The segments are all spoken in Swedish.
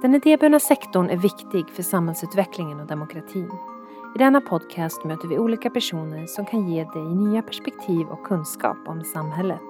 Den idéburna sektorn är viktig för samhällsutvecklingen och demokratin. I denna podcast möter vi olika personer som kan ge dig nya perspektiv och kunskap om samhället.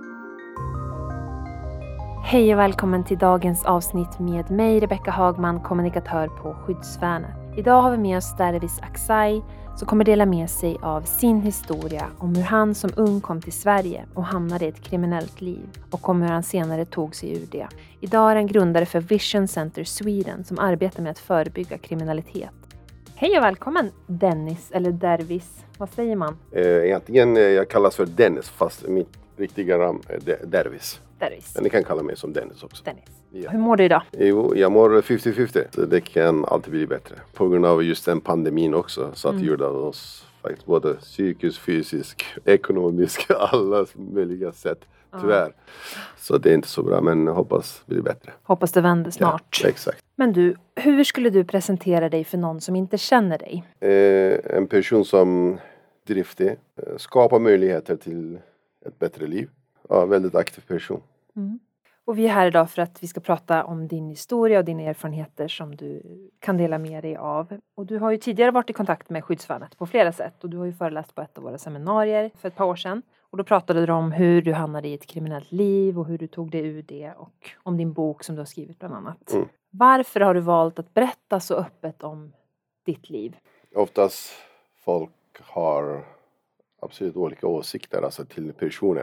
Hej och välkommen till dagens avsnitt med mig, Rebecka Hagman, kommunikatör på Skyddsvärnet. Idag har vi med oss Dervis Aksay som kommer dela med sig av sin historia om hur han som ung kom till Sverige och hamnade i ett kriminellt liv och om hur han senare tog sig ur det. Idag är han grundare för Vision Center Sweden som arbetar med att förebygga kriminalitet. Hej och välkommen Dennis eller Dervis, vad säger man? Egentligen jag kallas för Dennis fast mitt riktiga namn är Dervis. Dervis. Men ni kan kalla mig som Dennis också. Dennis. Ja. Hur mår du idag? Jo, jag mår 50-50. Så det kan alltid bli bättre. På grund av just den pandemin också. Så att det gjorde oss faktiskt både psykiskt, fysiskt, ekonomiskt, alla möjliga sätt. Tyvärr. Så det är inte så bra, men hoppas det blir bättre. Hoppas det vänder snart. Ja, exakt. Men du, hur skulle du presentera dig för någon som inte känner dig? En person som driftig. Skapar möjligheter till ett bättre liv. Ja, väldigt aktiv person. Mm. Och vi är här idag för att vi ska prata om din historia och dina erfarenheter som du kan dela med dig av. Och du har ju tidigare varit i kontakt med Skyddsvärnet på flera sätt. Och du har ju föreläst på ett av våra seminarier för ett par år sedan. Och då pratade du om hur du hamnade i ett kriminellt liv och hur du tog dig ur det. Och om din bok som du har skrivit bland annat. Mm. Varför har du valt att berätta så öppet om ditt liv? Oftast folk har absolut olika åsikter alltså till personer.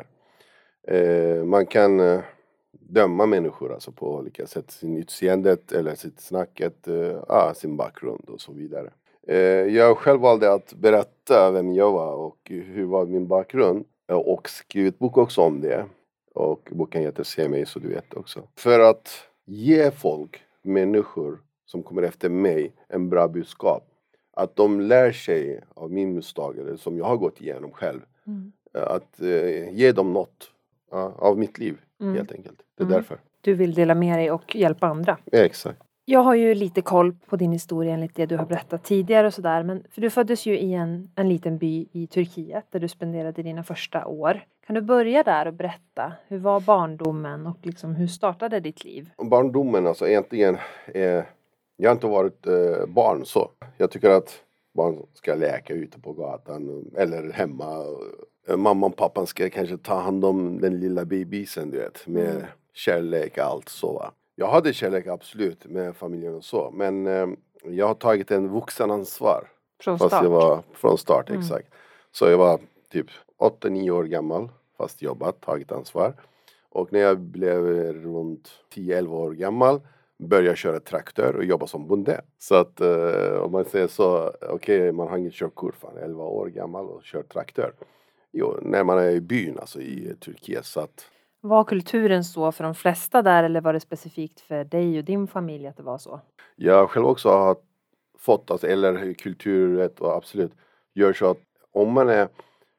Man kan döma människor alltså på olika sätt. Sin utseendet eller sitt snacket, sin bakgrund och så vidare. Jag själv valde att berätta vem jag var och hur var min bakgrund. Och skrivit bok också om det. Och boken heter Se mig så du vet också. För att ge folk, människor som kommer efter mig en bra budskap. Att de lär sig av min misstag eller som jag har gått igenom själv. Mm. Att ge dem något av mitt liv helt enkelt. Det är därför. Du vill dela med dig och hjälpa andra. Ja, exakt. Jag har ju lite koll på din historia enligt det du har berättat tidigare och sådär. Men för du föddes ju i en liten by i Turkiet där du spenderade dina första år. Kan du börja där och berätta? Hur var barndomen och liksom, hur startade ditt liv? Barndomen alltså egentligen jag har inte varit barn så. Jag tycker att barn ska leka ute på gatan eller hemma. Mamma och pappan ska kanske ta hand om den lilla bebisen du vet. Med kärlek och allt så va. Jag hade kärlek absolut med familjen och så. Men jag har tagit en vuxenansvar. Från fast start? Jag var från start, exakt. Så jag var typ 8-9 år gammal. Fast jobbat, tagit ansvar. Och när jag blev runt 10-11 år gammal. Började jag köra traktor och jobba som bonde. Så att om man säger så. Okej, man har inget körkort. 11 år gammal och kör traktor. Jo, när man är i byn, alltså i Turkiet. Så att var kulturen så för de flesta där eller var det specifikt för dig och din familj att det var så? Jag själv också har fått, alltså, eller kulturet och absolut gör så att om man är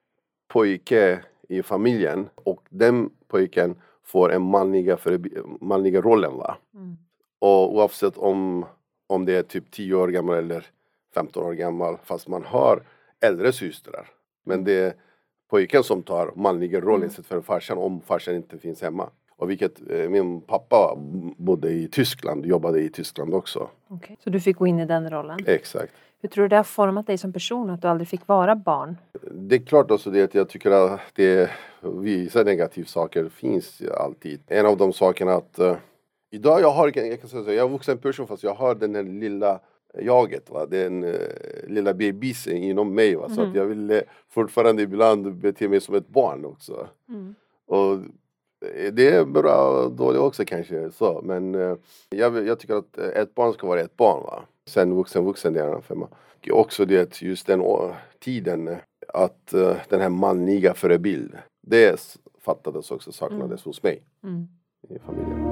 pojke i familjen och den pojken får en manliga rollen va. Och oavsett om det är typ 10 år gammal eller 15 år gammal fast man har äldre systrar. Men det är pojken som tar manliga rollen istället för farsan om farsan inte finns hemma. Och vilket min pappa bodde i Tyskland, jobbade i Tyskland också. Okay. Så du fick gå in i den rollen? Exakt. Hur tror du det har format dig som person att du aldrig fick vara barn? Det är klart också det att jag tycker att vissa negativa saker finns alltid. En av de sakerna att idag jag kan säga så, jag är vuxen person fast jag har den här lilla jaget va, den lilla bebisen inom mig va, så att jag vill fortfarande ibland bete mig som ett barn också. Och det är bra och dåligt också kanske så, men jag tycker att ett barn ska vara ett barn va. Sen vuxen det är för mig. Och också det just den tiden att den här manliga förebild det fattades också, saknades hos mig i familjen.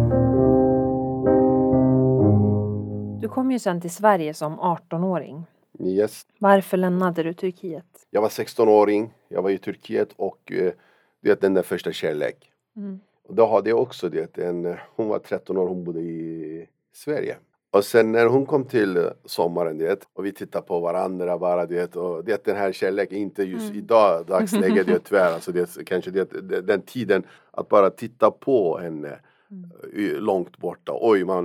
Du kom ju sen till Sverige som 18-åring. Yes. Varför lämnade du Turkiet? Jag var 16-åring, jag var i Turkiet och den där första kärlek. Och då hade jag också hon var 13 år, hon bodde i Sverige. Och sen när hon kom till sommaren och vi tittade på varandra bara och den här kärleken inte just idag dagsläget tyvärr alltså kanske den tiden att bara titta på henne långt borta. Oj,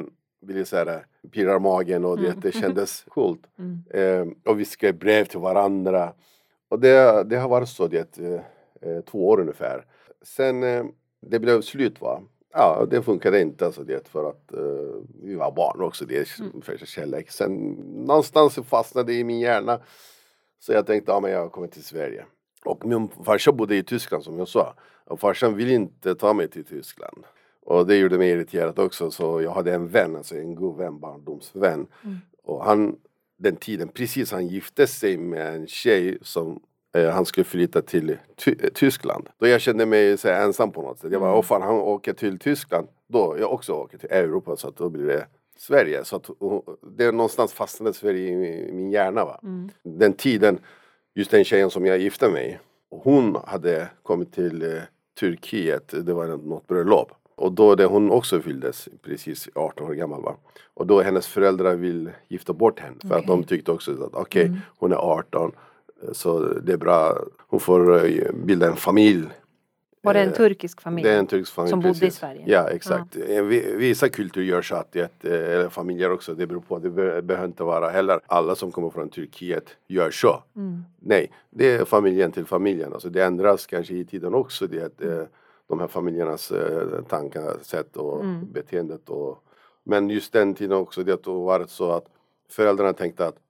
blir så här, pirrar magen och det kändes coolt. Och vi skrev brev till varandra. Och det har varit så 2 år ungefär. Sen det blev slut va. Ja, det funkade inte alltså för att vi var barn också. Det är för kärlek. Sen någonstans fastnade det i min hjärna. Så jag tänkte, men jag kommer till Sverige. Och min farsa bodde i Tyskland som jag sa. Och farsan ville inte ta mig till Tyskland. Och det gjorde mig irriterad också. Så jag hade en vän, alltså en god vän, barndomsvän. Och den tiden, precis han gifte sig med en tjej som han skulle flytta till Tyskland. Då jag kände mig så här, ensam på något sätt. Jag bara, fan han åker till Tyskland. Då jag också åker till Europa, så att då blir det Sverige. Så att det är någonstans fastnade Sverige i min hjärna va. Den tiden, just den tjejen som jag gifte mig. Hon hade kommit till Turkiet, det var något bröllop. Och då hon också fylldes precis 18 år gammal va. Och då hennes föräldrar vill gifta bort henne. För att de tyckte också att hon är 18. Så det är bra, hon får bilda en familj. Var det en turkisk familj? Det är en turkisk familj, som precis. bodde i Sverige? Ja, exakt. Vissa kulturer gör så att eller familjer också, det beror på. Det behöver inte vara heller alla som kommer från Turkiet gör så. Nej, det är familjen till familjen. Alltså det ändras kanske i tiden också. De här familjernas tankesätt och beteendet. Men just den tiden också, det var det så att föräldrarna tänkte att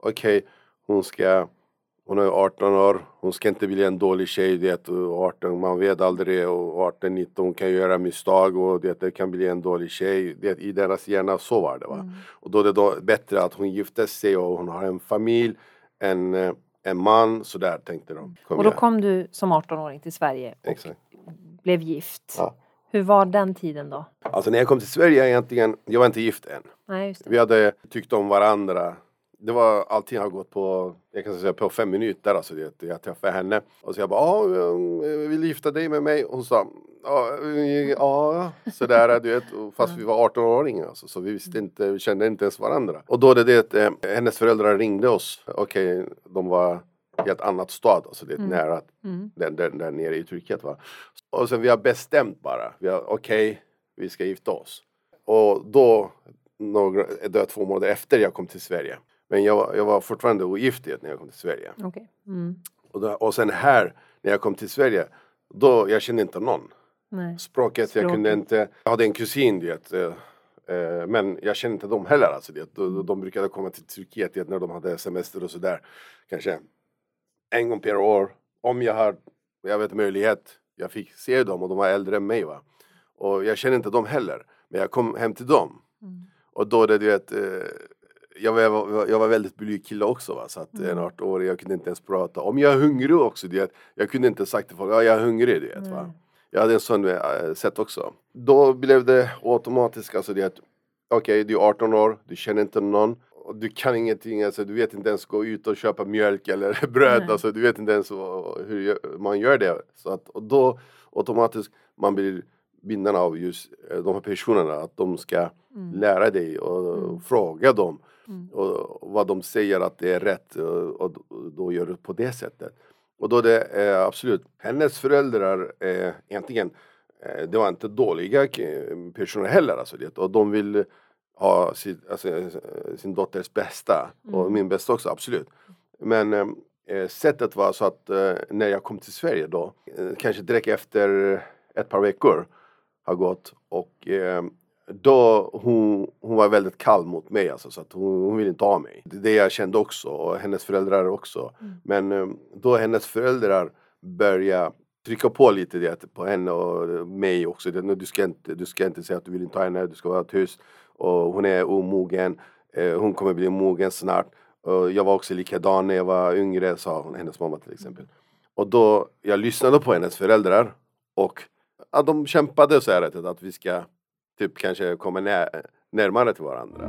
hon är 18 år, hon ska inte bli en dålig tjej, 18, man vet aldrig, och 18-19 kan göra misstag och det kan bli en dålig tjej. I deras hjärna så var det va. Och då är det då bättre att hon gifter sig och hon har en familj, en man, så där tänkte de. Och då kom du som 18-åring till Sverige och blev gift. Ja. Hur var den tiden då? Alltså när jag kom till Sverige egentligen, jag var inte gift än. Nej, just det. Vi hade tyckt om varandra. Det var, allting har gått på, jag kan säga på 5 minuter, alltså jag träffade henne. Och så jag bara, jag vill gifta dig med mig. Och hon sa, sådär, du vet. Fast vi var 18-åringar, alltså, så vi kände inte ens varandra. Och då hennes föräldrar ringde oss. De var i ett annat stad, alltså det är nära där nere i Turkiet va. Och sen vi har bestämt bara, vi ska gifta oss. Och då, 2 månader efter jag kom till Sverige. Men jag var fortfarande ogift när jag kom till Sverige. Och sen här, när jag kom till Sverige, då jag kände inte någon. Nej. Språket, jag kunde inte, jag hade en kusin, men jag kände inte dem heller. Alltså, de brukade komma till Turkiet när de hade semester och sådär. Kanske en gång per år. Om jag vet möjlighet, jag fick se dem och de var äldre än mig va. Och jag kände inte dem heller. Men jag kom hem till dem. Och då jag var väldigt blyg kille också va. Så att en 18-årig, jag kunde inte ens prata. Om jag är hungrig också, jag kunde inte sagt till folk, jag är hungrig, va. Jag hade en sån sätt också. Då blev det automatiskt, alltså du är 18 år, du känner inte någon. Du kan ingenting, alltså, du vet inte ens gå ut och köpa mjölk eller bröd. Alltså, du vet inte ens hur man gör det. Så att, och då automatiskt man blir bindande av just de här personerna. Att de ska lära dig och fråga dem. Och vad de säger att det är rätt. Och då gör du på det sättet. Och då det är absolut. Hennes föräldrar egentligen. Det var inte dåliga personer heller. Alltså, och de vill ha sin dotters bästa. Och min bästa också, absolut. Men sättet var så att när jag kom till Sverige då. Kanske direkt efter ett par veckor har gått. Och då hon var väldigt kall mot mig. Alltså, så att hon ville inte ha mig. Det jag kände också. Och hennes föräldrar också. Men då hennes föräldrar började trycka på lite på henne och mig också. Du ska inte säga att du vill inte ha henne. Du ska vara tyst. Och hon är omogen. Hon kommer bli mogen snart. Och jag var också likadan när jag var yngre, sa hennes mamma till exempel. Och då jag lyssnade på hennes föräldrar. Och de kämpade så här att vi ska typ kanske komma närmare till varandra.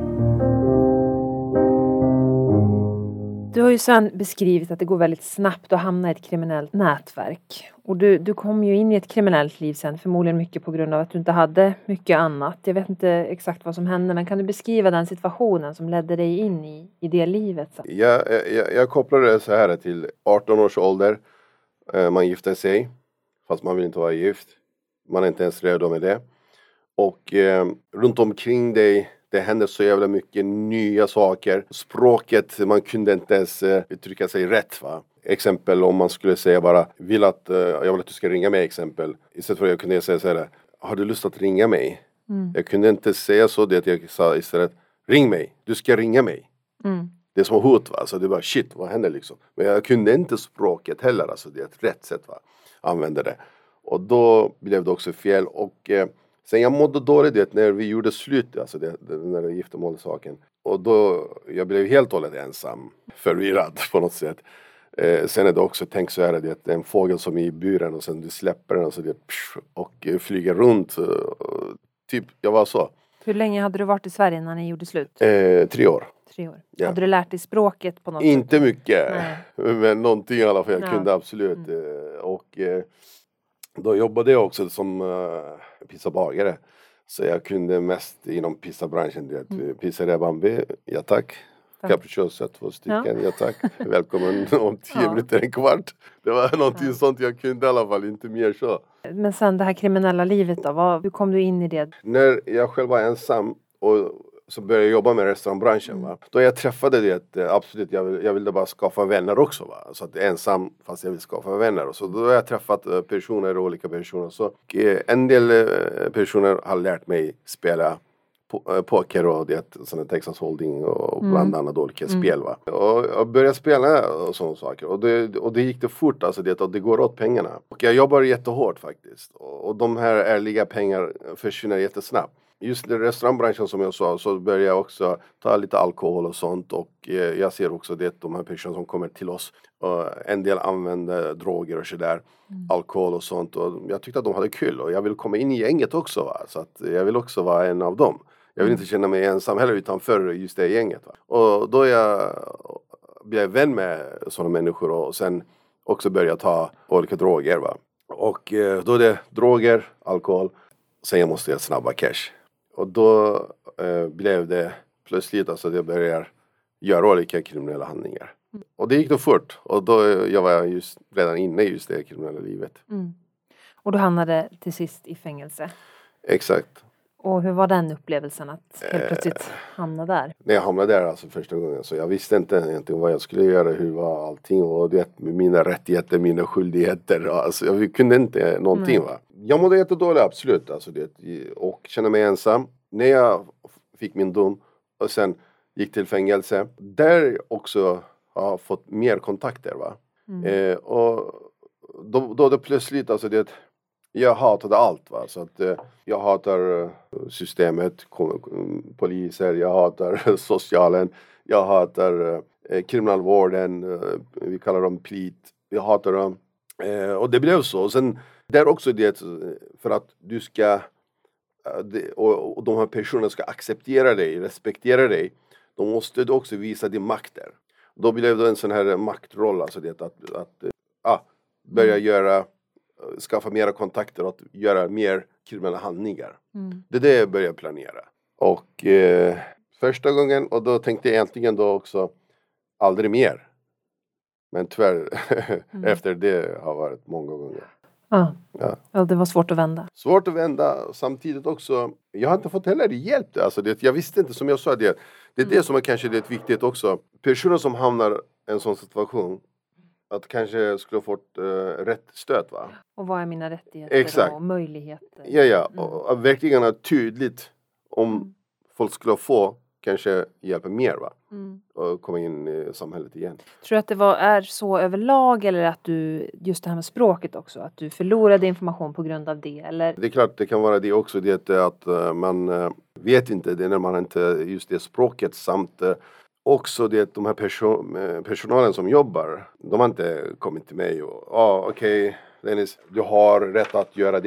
Du har ju sen beskrivit att det går väldigt snabbt att hamna i ett kriminellt nätverk. Och du kom ju in i ett kriminellt liv sen, förmodligen mycket på grund av att du inte hade mycket annat. Jag vet inte exakt vad som hände, men kan du beskriva den situationen som ledde dig in i det livet? Så? Jag kopplar det så här till 18 års ålder. Man gifter sig, fast man vill inte vara gift. Man är inte ens redo med det. Och runt omkring dig Det hände så jävla mycket nya saker. Språket, man kunde inte ens uttrycka sig rätt va. Exempel om man skulle säga bara, jag vill att du ska ringa mig exempel. Istället för att jag kunde säga så här, har du lust att ringa mig? Jag kunde inte säga så, det att jag sa istället, ring mig, du ska ringa mig. Det är som hot va, så det var shit, vad händer liksom? Men jag kunde inte språket heller, alltså det är ett rätt sätt va, använda det. Och då blev det också fel och sen jag mådde dåligt det när vi gjorde slut, alltså den där giftermålssaken. Och då, jag blev helt och hållet ensam, förvirrad på något sätt. Sen är det också, tänk så här, det är en fågel som är i buren och sen du släpper den och så och flyger runt. Typ, jag var så. Hur länge hade du varit i Sverige när ni gjorde slut? 3 år. 3 år. Ja. Hade du lärt dig språket på något sätt? Inte mycket. Nej. Men någonting i alla fall jag kunde absolut. Och då jobbade jag också som pizzabagare. Så jag kunde mest inom pizzabranschen. Pizzeria Bambi, ja tack. Capricciosa 2 stycken, ja tack. Välkommen om 10 minuter, en kvart. Det var någonting sånt jag kunde i alla fall, inte mer så. Men sen det här kriminella livet då, hur kom du in i det? När jag själv var ensam och så började jag jobba med restaurangbranschen va. Då jag träffade det, absolut, jag ville bara skaffa vänner också va. Så att ensam fast jag vill skaffa vänner. Och så då har jag träffat olika personer. Så en del personer har lärt mig spela poker och det sådana Texas Hold'em och bland annat olika spel va. Och jag började spela och sådana saker. Och det gick det fort alltså det går åt pengarna. Och jag jobbar jättehårt faktiskt. Och de här ärliga pengar försvinner jättesnabbt. Just i restaurangbranschen som jag sa så börjar jag också ta lite alkohol och sånt. Och jag ser också det de här personerna som kommer till oss. En del använder droger och sådär. Alkohol och sånt. Och jag tyckte att de hade kul. Och jag vill komma in i gänget också va. Så att jag vill också vara en av dem. Jag vill inte känna mig ensam heller utanför just det gänget va. Och då jag blev vän med sådana människor. Och sen också började ta olika droger va. Och då är det droger, alkohol. Sen jag måste ha snabba cash. Och då blev det plötsligt alltså jag började göra olika kriminella handlingar. Och det gick då fort. Och då jag var just redan inne i just det kriminella livet. Och du hamnade till sist i fängelse. Exakt. Och hur var den upplevelsen att helt plötsligt hamna där? När jag hamnade där alltså första gången så jag visste inte egentligen vad jag skulle göra, hur var allting och det mina rättigheter, mina skyldigheter. Alltså jag kunde inte någonting va. Jag mådde jättedåligt absolut alltså det, och kände mig ensam. När jag fick min dom och sen gick till fängelse. Där också har jag fått mer kontakter va. Och då det plötsligt alltså det jag hatade allt va. Så att jag hatar systemet, poliser, jag hatar socialen, jag hatar kriminalvården, vi kallar dem plit, jag hatar dem. Och det blev så. Och sen där också det för att du ska och de här personerna ska acceptera dig, respektera dig. Då måste du också visa din makt där. Då blev det en sån här maktroll alltså det att börja skaffa mera kontakter och att göra mer kriminella handlingar. Det är det jag började planera. Och första gången, och då tänkte jag egentligen då också aldrig mer. Men tyvärr efter det har varit många gånger. Ja, det var svårt att vända. Svårt att vända, samtidigt också. Jag har inte fått heller hjälp. Alltså jag visste inte, som jag sa, det är det som är kanske det viktigt också. Personer som hamnar i en sån situation att kanske skulle fått rätt stöd va. Och vad är mina rättigheter och möjligheter? Ja. Och verkligen är tydligt om folk skulle få kanske hjälpa mer va. Och komma in i samhället igen. Tror du att det är så överlag eller att du, just det här med språket också, att du förlorade information på grund av det? Eller? Det är klart det kan vara det också, det att man vet inte, det är när man inte just det språket samt också det de här personalen som jobbar, de har inte kommit till mig och okej, Dennis, du har rätt att göra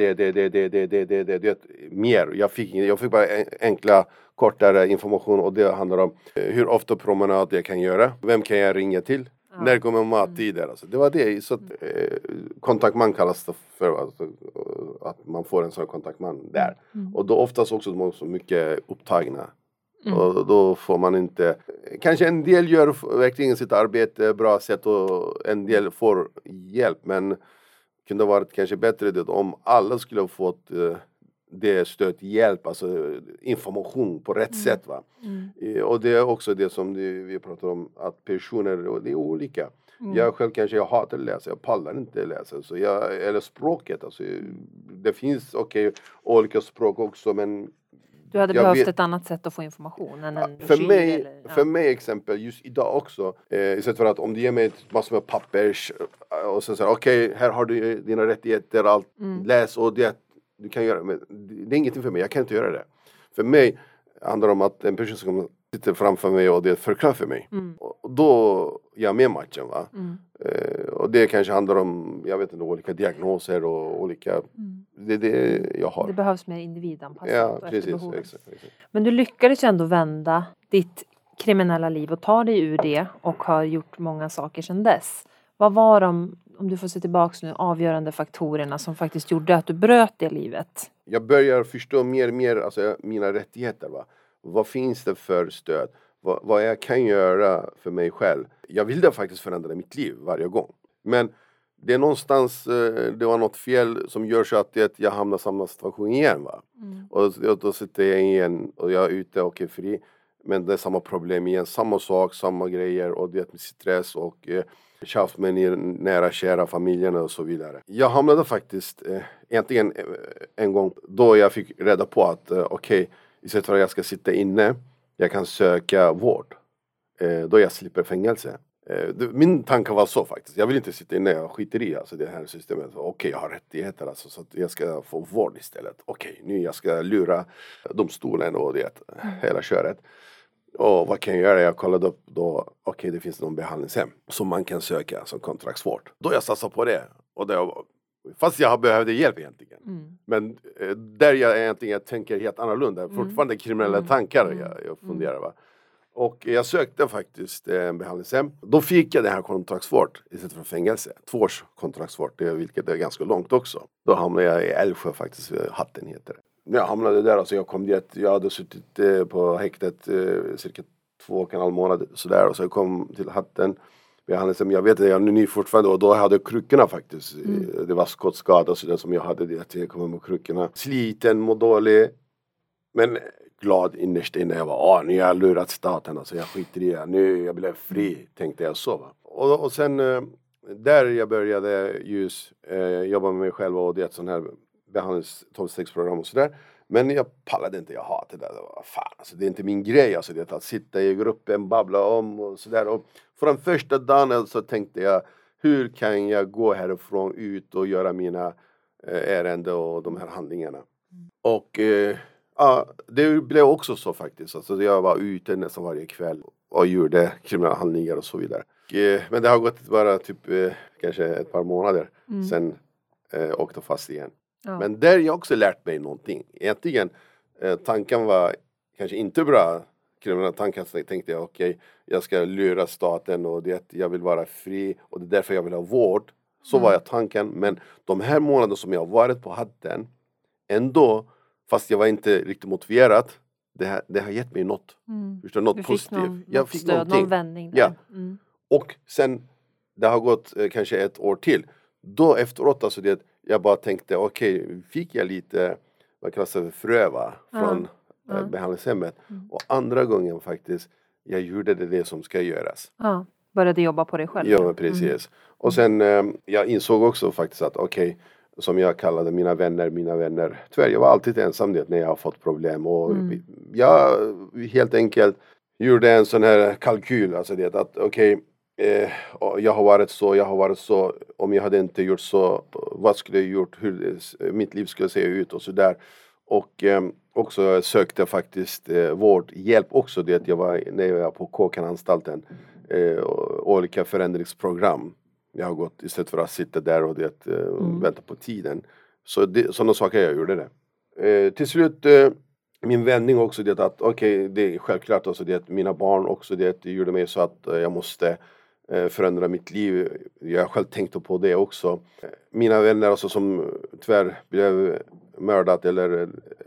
det mer. Jag fick bara enkla kortare information och det handlar om hur ofta promenad jag kan göra, vem kan jag ringa till, när kommer mattider, alltså. Det var det, så att kontaktman kallas det för, alltså, att man får en sån kontaktman där. Och då oftast också de är så mycket upptagna. Och då får man inte, kanske en del gör verkligen sitt arbete bra sätt och en del får hjälp, men kunde varit kanske bättre det om alla skulle ha fått det är stöd, hjälp, alltså information på rätt sätt. Va? Och det är också det som vi pratar om, att personer, det är olika. Jag själv kanske jag hatar att läsa, jag pallar inte läsa. Så eller språket, alltså, det finns olika språk också, men du hade behövt ett annat sätt att få information än en för mig exempel, just idag också, istället för att om du ger mig massor med pappers och sen säger här har du dina rättigheter, allt, läs och det du kan göra, men det är ingenting för mig, jag kan inte göra det. För mig handlar det om att en person som sitter framför mig och det förklarar för mig. Och då är jag med matchen, va? Och det kanske handlar om, jag vet inte, olika diagnoser och olika, det är det jag har. Det behövs mer individanpassat. Ja, precis, exakt. Men du lyckades ju ändå vända ditt kriminella liv och ta dig ur det och har gjort många saker sedan dess. Vad var de, om du får se tillbaka nu, avgörande faktorerna som faktiskt gjorde att du bröt det livet? Jag börjar förstå mer och mer, alltså, mina rättigheter, va? Vad finns det för stöd? Vad jag kan göra för mig själv. Jag ville faktiskt förändra mitt liv varje gång. Men det är någonstans, det var något fel som gör så att jag hamnar i samma situation igen. Va? Och då sitter jag igen och jag är ute och är fri. Men det är samma problem igen, samma sak, samma grejer. Och det är stress och tjafs med nära kära familjerna och så vidare. Jag hamnade faktiskt egentligen en gång då jag fick reda på att istället för att jag ska sitta inne, jag kan söka vård. Då jag slipper fängelse. Min tanke var så faktiskt. Jag vill inte sitta inne, jag skiter i alltså, det här systemet. Jag har rättigheter alltså, så att jag ska få vård istället. Nu jag ska lura domstolen och det hela köret. Och vad kan jag göra? Jag kollade upp då, det finns någon behandlingshem som man kan söka som kontraktsvård. Då jag satsade på det. Och det var, fast jag behövde hjälp egentligen. Men där jag tänker helt annorlunda. Fortfarande kriminella tankar jag funderar, va. Och jag sökte faktiskt en behandlingshem. Då fick jag det här kontraktsvård istället för fängelse. 2 års kontraktsvård, vilket är ganska långt också. Då hamnade jag i Älvsjö faktiskt, Hatten heter det. När jag hamnade där, alltså jag kom dit, jag hade suttit på häktet cirka 2,5 månader sådär. Och så jag kom till Hatten. Behandlingshem, jag vet att jag är ny fortfarande och då hade jag kryckorna faktiskt. Det var skottskada så det som jag hade det att jag kom med kryckorna. Sliten, må dålig. Men glad innerst inne. Jag var, nu har jag lurat staten. Alltså jag skiter i det. Nu jag blev fri, tänkte jag så. Va? Och sen där jag började just jobba med mig själv och det är ett sån här behandlings 12-stegsprogram och sådär. Men jag pallade inte, jag hatade det. Fan, alltså, det är inte min grej. Alltså, det att sitta i gruppen, babbla om och sådär. Och för den första dagen så tänkte jag, hur kan jag gå härifrån ut och göra mina ärenden och de här handlingarna. Och det blev också så faktiskt. Alltså, jag var ute nästan varje kväll och gjorde kriminella handlingar och så vidare. Men det har gått bara typ kanske ett par månader sen åkte fast igen. Ja. Men där jag också lärt mig någonting. Egentligen tanken var kanske inte bra. Kriminella tanken tänkte jag, jag ska lura staten och jag vill vara fri och det är därför jag vill ha vård. Så var jag tanken. Men de här månaderna som jag har varit på Hatten, ändå, fast jag var inte riktigt motiverad, det har gett mig något. Något positivt. Jag fick stöd, någon vändning där. Ja. Och sen, det har gått kanske ett år till. Då efteråt, alltså jag bara tänkte, fick jag lite, vad kallas det, fröva från behandlingshemmet. Och andra gången faktiskt, jag gjorde det som ska göras. Började jobba på dig själv. Ja, precis. Och sen, jag insåg också faktiskt att, som jag kallade mina vänner. Tyvärr, jag var alltid ensam när jag har fått problem. Och jag helt enkelt gjorde en sån här kalkyl. Alltså att jag har varit så. Om jag hade inte gjort så, vad skulle jag gjort? Hur mitt liv skulle se ut och sådär. Och också sökte faktiskt vårdhjälp också. När jag var på Kåkananstalten. Olika förändringsprogram. Jag har gått istället för att sitta där och vänta på tiden. Så sådana saker jag gjorde det. Till slut, min vändning också det att det är självklart också att mina barn också det gjorde mig så att jag måste förändra mitt liv. Jag själv tänkte på det också. Mina vänner alltså, som tyvärr blev mördat eller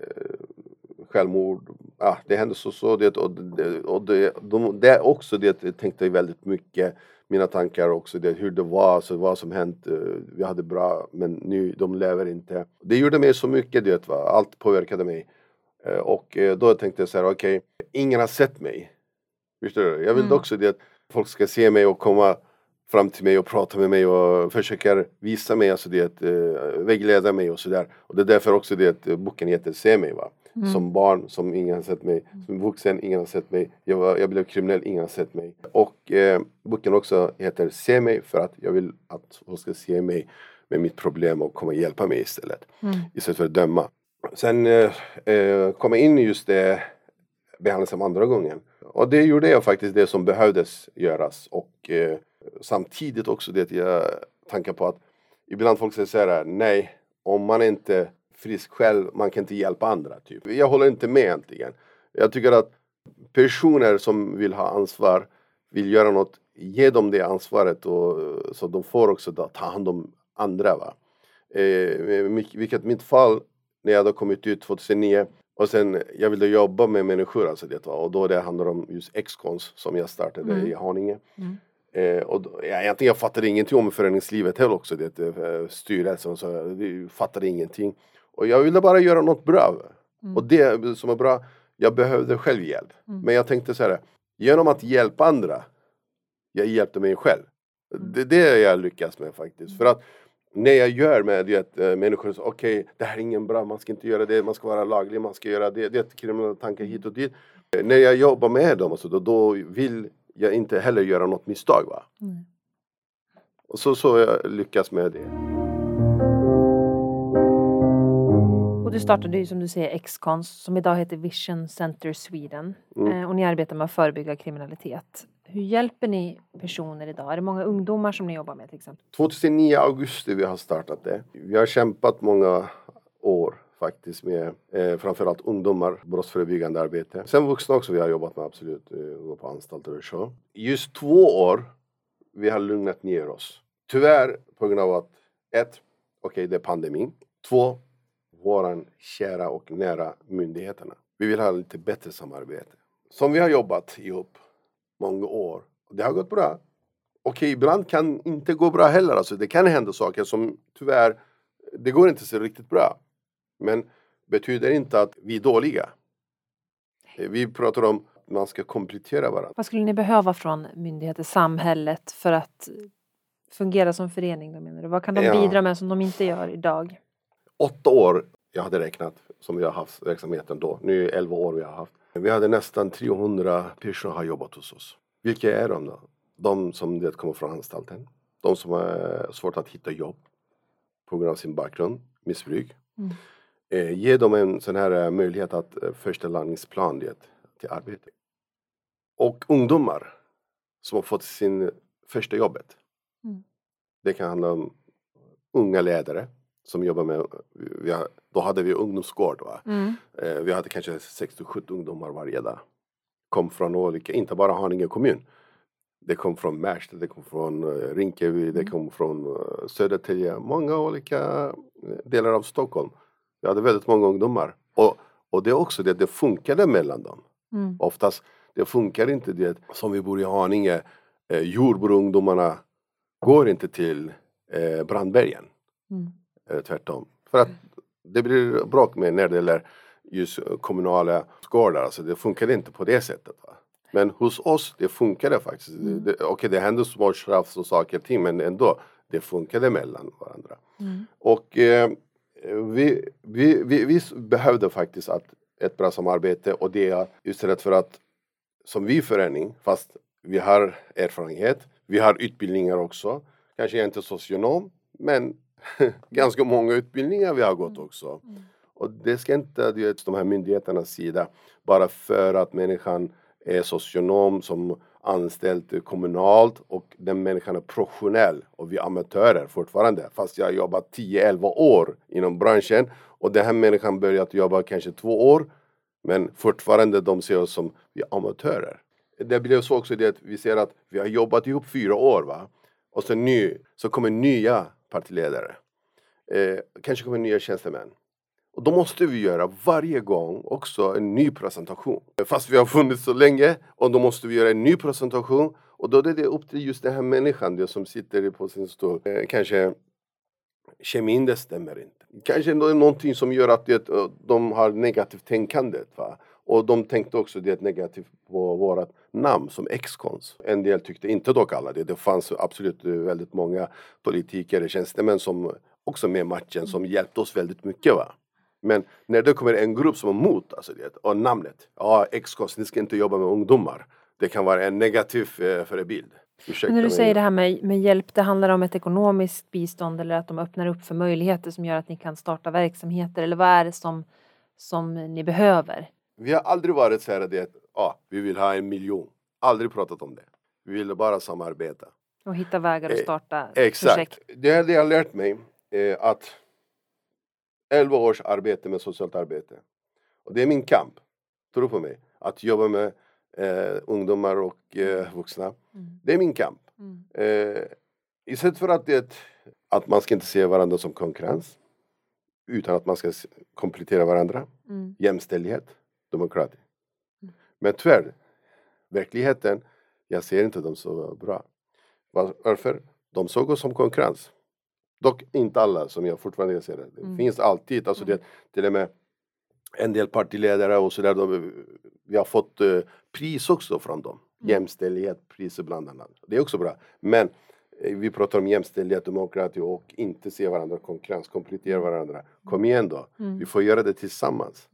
självmord. Det hände så det också det tänkte jag väldigt mycket mina tankar också, det, hur det var, så vad som hänt. Vi hade bra, men nu de lever inte. Det gjorde mig så mycket, det va. Allt påverkade mig. Och då tänkte jag så här, okej, ingen har sett mig. Förstår du? Jag vill också det att folk ska se mig och komma fram till mig och prata med mig och försöker visa mig, alltså det, vägleda mig och sådär. Och det är därför också det att boken heter Se mig, va. Som barn som ingen har sett mig, som vuxen ingen har sett mig, jag blev kriminell, ingen har sett mig. Och boken också heter Se mig för att jag vill att folk ska se mig med mitt problem och komma och hjälpa mig istället. Istället för att döma. Sen kom jag in i just det behandling som andra gången. Och det gjorde jag faktiskt det som behövdes göras. Och samtidigt också det jag tankar på att ibland folk säger så här, nej, om man är inte frisk själv, man kan inte hjälpa andra. Typ. Jag håller inte med egentligen. Jag tycker att personer som vill ha ansvar, vill göra något, ge dem det ansvaret och, så de får också ta hand om andra. Va? Vilket mitt fall, när jag hade kommit ut 2009 och sen jag ville jobba med människor, alltså det, och då det handlar om just X-Cons som jag startade i Haninge. Och då, jag fattade ingenting om föreningslivet heller också, det styrelsen, så jag fattade ingenting. Och jag ville bara göra något bra. Och det som är bra, jag behövde själv hjälp. Men jag tänkte så här, genom att hjälpa andra, jag hjälpte mig själv. Det är det jag lyckas med faktiskt. För att när jag gör med det, människor säger okej, det här är ingen bra, man ska inte göra det, man ska vara laglig, man ska göra det, det är kriminella tankar hit och dit. När jag jobbar med dem, alltså, då vill jag inte heller göra något misstag, va? Och så jag lyckas med det. Och du startade ju som du säger X-Cons som idag heter Vision Center Sweden. Och ni arbetar med att förebygga kriminalitet. Hur hjälper ni personer idag? Är det många ungdomar som ni jobbar med till exempel? 2009 augusti vi har startat det. Vi har kämpat många år faktiskt med framförallt ungdomar, brottsförebyggande arbete. Sen vuxna också vi har jobbat med, absolut, gå på anstalter och så. Just 2 år vi har lugnat ner oss. Tyvärr på grund av att det är pandemin. 2, våran kära och nära myndigheterna. Vi vill ha lite bättre samarbete. Som vi har jobbat ihop många år. Det har gått bra. Ibland kan inte gå bra heller. Alltså, det kan hända saker som tyvärr, det går inte så riktigt bra. Men betyder inte att vi är dåliga. Vi pratar om att man ska komplettera varandra. Vad skulle ni behöva från myndigheter, samhället för att fungera som förening? Då menar du? Vad kan de bidra med som de inte gör idag? 8 år jag hade räknat som vi har haft verksamheten då. Nu är 11 år vi har haft. Vi hade nästan 300 personer har jobbat hos oss. Vilka är de då? De som kommer från anstalten. De som har svårt att hitta jobb på grund av sin bakgrund, missbruk. Ge dem en sån här möjlighet att första landningsplan till arbete. Och ungdomar som har fått sin första jobbet. Det kan handla om unga ledare som jobbar med, då hade vi ungdomsgård, va? Vi hade kanske 60-70 ungdomar varje dag. Kom från olika, inte bara Haninge kommun. Det kom från Märsta, det kom från Rinkeby, det kom från Södertälje. Många olika delar av Stockholm. Vi hade väldigt många ungdomar. Och det är också det funkade mellan dem. Oftast, det funkar inte det som vi bor i Haninge. Jordbro-ungdomarna går inte till Brandbergen. Tvärtom. För att det blir bråk med när det gäller just kommunala gårdar. Alltså det funkar inte på det sättet, va? Men hos oss, det funkade faktiskt. Det hände små straff och saker och ting, men ändå, det funkade mellan varandra. Och vi behövde faktiskt ett bra samarbete, och det är istället för att, som vi förening, fast vi har erfarenhet, vi har utbildningar också. Kanske inte socionom, men ganska många utbildningar vi har gått också. Och det ska inte de här myndigheternas sida, bara för att människan är socionom som anställd kommunalt och den människan är professionell och vi är amatörer fortfarande. Fast jag har jobbat 10-11 år inom branschen och den här människan börjat jobba kanske 2 år, men fortfarande de ser oss som vi är amatörer. Det blir så också det att vi ser att vi har jobbat ihop 4 år, va? Och så kommer nya partiledare. Kanske kommer nya tjänstemän. Och då måste vi göra varje gång också en ny presentation. Fast vi har funnits så länge, och då måste vi göra en ny presentation. Och då är det upp till just den här människan, det som sitter på sin stol. Kanske kemin, det stämmer inte. Kanske någonting som gör att de har negativt tänkande. Va? Och de tänkte också det negativt på vårat namn som X-Cons. En del tyckte inte dock alla det. Det fanns absolut väldigt många politiker, tjänstemän som också med matchen som hjälpte oss väldigt mycket. Va? Men när det kommer en grupp som är emot alltså det, och namnet, X-Cons, ni ska inte jobba med ungdomar. Det kan vara en negativ förebild. Men när du säger det här med hjälp, det handlar om ett ekonomiskt bistånd eller att de öppnar upp för möjligheter som gör att ni kan starta verksamheter, eller vad är det som ni behöver? Vi har aldrig varit så här att vi vill ha 1 miljon. Aldrig pratat om det. Vi ville bara samarbeta. Och hitta vägar att starta exakt. Projekt. Det har jag lärt mig att 11 års arbete med socialt arbete. Och det är min kamp. Tro på mig. Att jobba med ungdomar och vuxna. Det är min kamp. Istället för att man ska inte se varandra som konkurrens. Utan att man ska komplettera varandra. Jämställdhet. Demokrati. Men tyvärr. Verkligheten. Jag ser inte dem så bra. Varför? De såg oss som konkurrens. Dock inte alla som jag fortfarande ser det. Det finns alltid. Alltså det, till och med en del partiledare och sådär. Vi har fått pris också från dem. Jämställdhet, priser bland annat. Det är också bra. Men vi pratar om jämställdhet, demokrati och inte se varandra konkurrens. Komplettera varandra. Kom igen då. Vi får göra det tillsammans.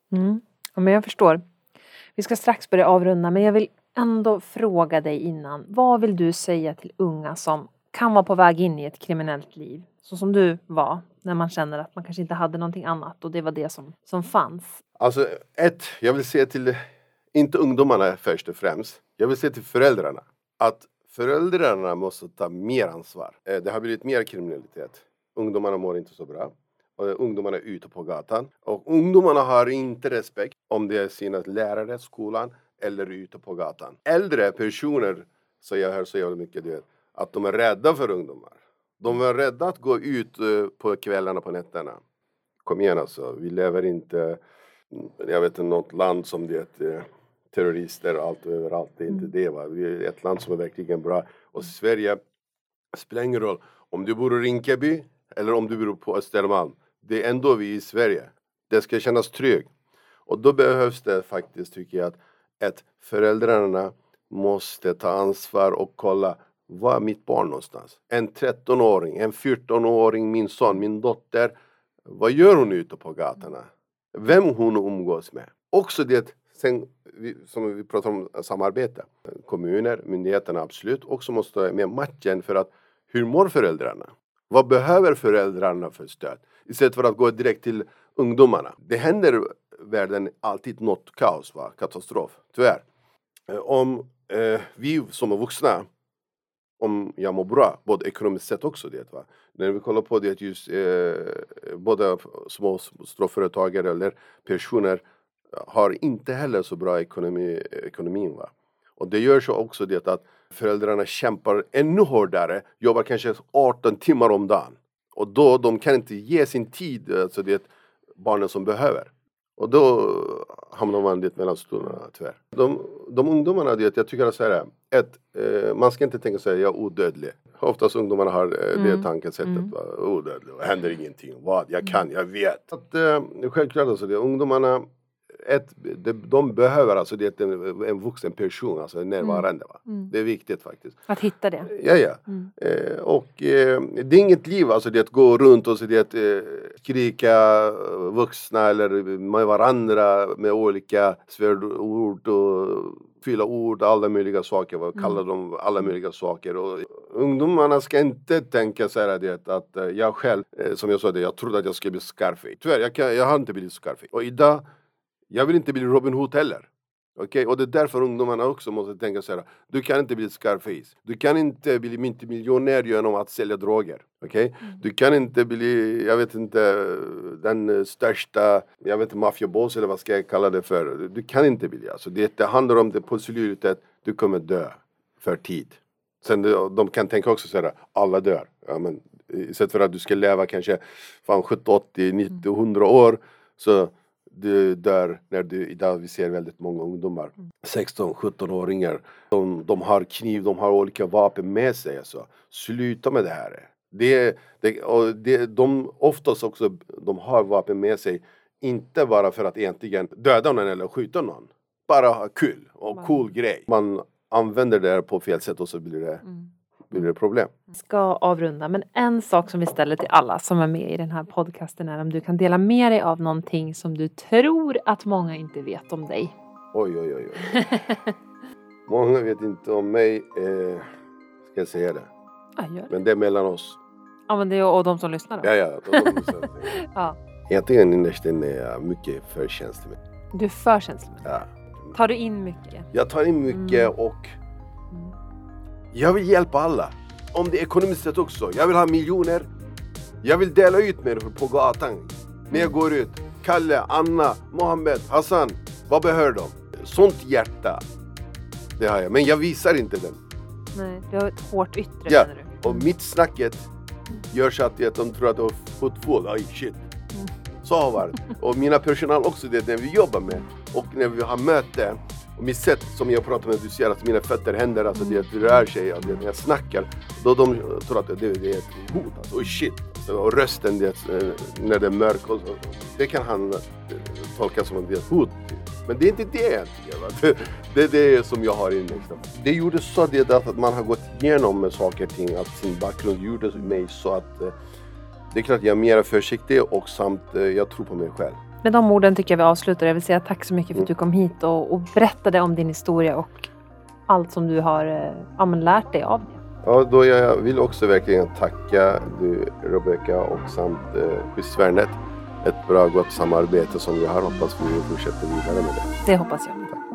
Ja, men jag förstår. Vi ska strax börja avrunda. Men jag vill ändå fråga dig innan. Vad vill du säga till unga som kan vara på väg in i ett kriminellt liv? Så som du var. När man känner att man kanske inte hade någonting annat. Och det var det som fanns. Alltså jag vill säga till, inte ungdomarna först och främst. Jag vill säga till föräldrarna. Att föräldrarna måste ta mer ansvar. Det har blivit mer kriminalitet. Ungdomarna mår inte så bra. Och ungdomarna är ute på gatan. Och ungdomarna har inte respekt om det är sina lärare, skolan eller ute på gatan. Äldre personer, så jag hör så jävla mycket det, att de är rädda för ungdomar. De är rädda att gå ut på kvällarna, på nätterna. Kom igen alltså, vi lever inte, jag vet inte, något land som det är terrorister allt överallt. Det är inte det, va. Vi är ett land som är verkligen bra. Och Sverige spelar ingen roll om du bor i Rinkeby eller om du bor på Östermalm. Det är ändå vi i Sverige. Det ska kännas tryggt. Och då behövs det faktiskt, tycker jag, att föräldrarna måste ta ansvar och kolla, var är mitt barn någonstans? En 13-åring, en 14-åring, min son, min dotter. Vad gör hon ute på gatorna? Vem hon umgås med? Också det, sen, som vi pratar om samarbete. Kommuner, myndigheterna absolut. Också måste med matchen för att hur mår föräldrarna? Vad behöver föräldrarna för stöd? Istället för att gå direkt till ungdomarna. Det händer världen alltid något kaos, va? Katastrof, tyvärr. Om vi som är vuxna, om jag mår bra, både ekonomiskt sett också det, va? När vi kollar på det just både små företagare eller personer har inte heller så bra ekonomin, va? Och det gör så också det att föräldrarna kämpar ännu hårdare, jobbar kanske 18 timmar om dagen. Och då de kan inte ge sin tid, alltså det barnen som behöver. Och då hamnar man lite mellan stolarna, tyvärr. De ungdomarna, det jag tycker att säga man ska inte tänka sig jag är odödlig. Oftast ungdomarna har det tankesättet, odödlig, det händer ingenting. Vad? Jag vet. Självklart alltså det, ungdomarna de behöver alltså det en vuxen person, alltså närvarande, va? Det är viktigt faktiskt. Att hitta det. Ja. Och det är inget liv alltså det att gå runt och så det att skrika vuxna eller med varandra med olika svärord och fylla ord, alla möjliga saker, vad kallar de alla möjliga saker. Och ungdomarna ska inte tänka så här det att jag själv, som jag sa det, jag trodde att jag skulle bli Scarface. Tyvärr, jag har inte blivit Scarface. Och idag jag vill inte bli Robin Hood heller. Okej? Och det är därför ungdomarna också måste tänka så här. Du kan inte bli Scarface. Du kan inte bli multimiljonär genom att sälja droger. Okej? Du kan inte bli, jag vet inte, den största, jag vet inte, maffiaboss eller vad ska jag kalla det för. Du kan inte bli. Alltså det handlar om det possibilitet. Du kommer dö för tid. Sen de kan tänka också så här. Alla dör. Ja, men istället för att du ska leva kanske 70, 80, 90, 100 år. Så du dör när du, idag vi ser väldigt många ungdomar, 16-17-åringar, de har kniv, de har olika vapen med sig. Alltså. Sluta med det här. De oftast också, de har vapen med sig, inte bara för att egentligen döda någon eller skjuta någon. Bara ha kul och cool grej. Man använder det på fel sätt och så blir det problem. Ska avrunda, men en sak som vi ställer till alla som är med i den här podcasten är om du kan dela med dig av någonting som du tror att många inte vet om dig. Oj. Många vet inte om mig, ska jag säga det. Men det är mellan oss. Ja, men det är och de som lyssnar då. Ja. Ja. Egentligen innerst inne är jag mycket för känslig. Du är för känslig? Ja. Tar du in mycket? Jag tar in mycket och jag vill hjälpa alla. Om det är ekonomiskt sett också. Jag vill ha miljoner. Jag vill dela ut människor på gatan. När jag går ut. Kalle, Anna, Mohammed, Hassan. Vad behöver de? Sånt hjärta. Det har jag. Men jag visar inte den. Nej, du har ett hårt yttre. Ja, och mitt snacket gör så att de tror att det är fotboll. Aj, shit. Så har varit. Och mina personal också, det är det vi jobbar med. Och när vi har möte. Och mitt sätt som jag pratar med, du ser att mina fötter händer, alltså det rör sig, och när jag snackar, då de tror att det är ett hot, alltså, shit. Alltså, och rösten, när det är mörk, och så, det kan han tolka som att det är ett hot. Men det är inte det egentligen. Det är det som jag har inne. Det gjorde så det att man har gått igenom saker och ting, att sin bakgrund gjorde mig så att det är klart jag är mer försiktig och samt jag tror på mig själv. Med de orden tycker jag vi avslutar. Jag vill säga tack så mycket för att du kom hit och berättade om din historia och allt som du har lärt dig av det. Ja, då jag vill också verkligen tacka du, Rebecka, och samt Skyddsvärnet. Ett bra gott samarbete som vi har. Hoppas vi fortsätter vidare med det. Det hoppas jag. Tack.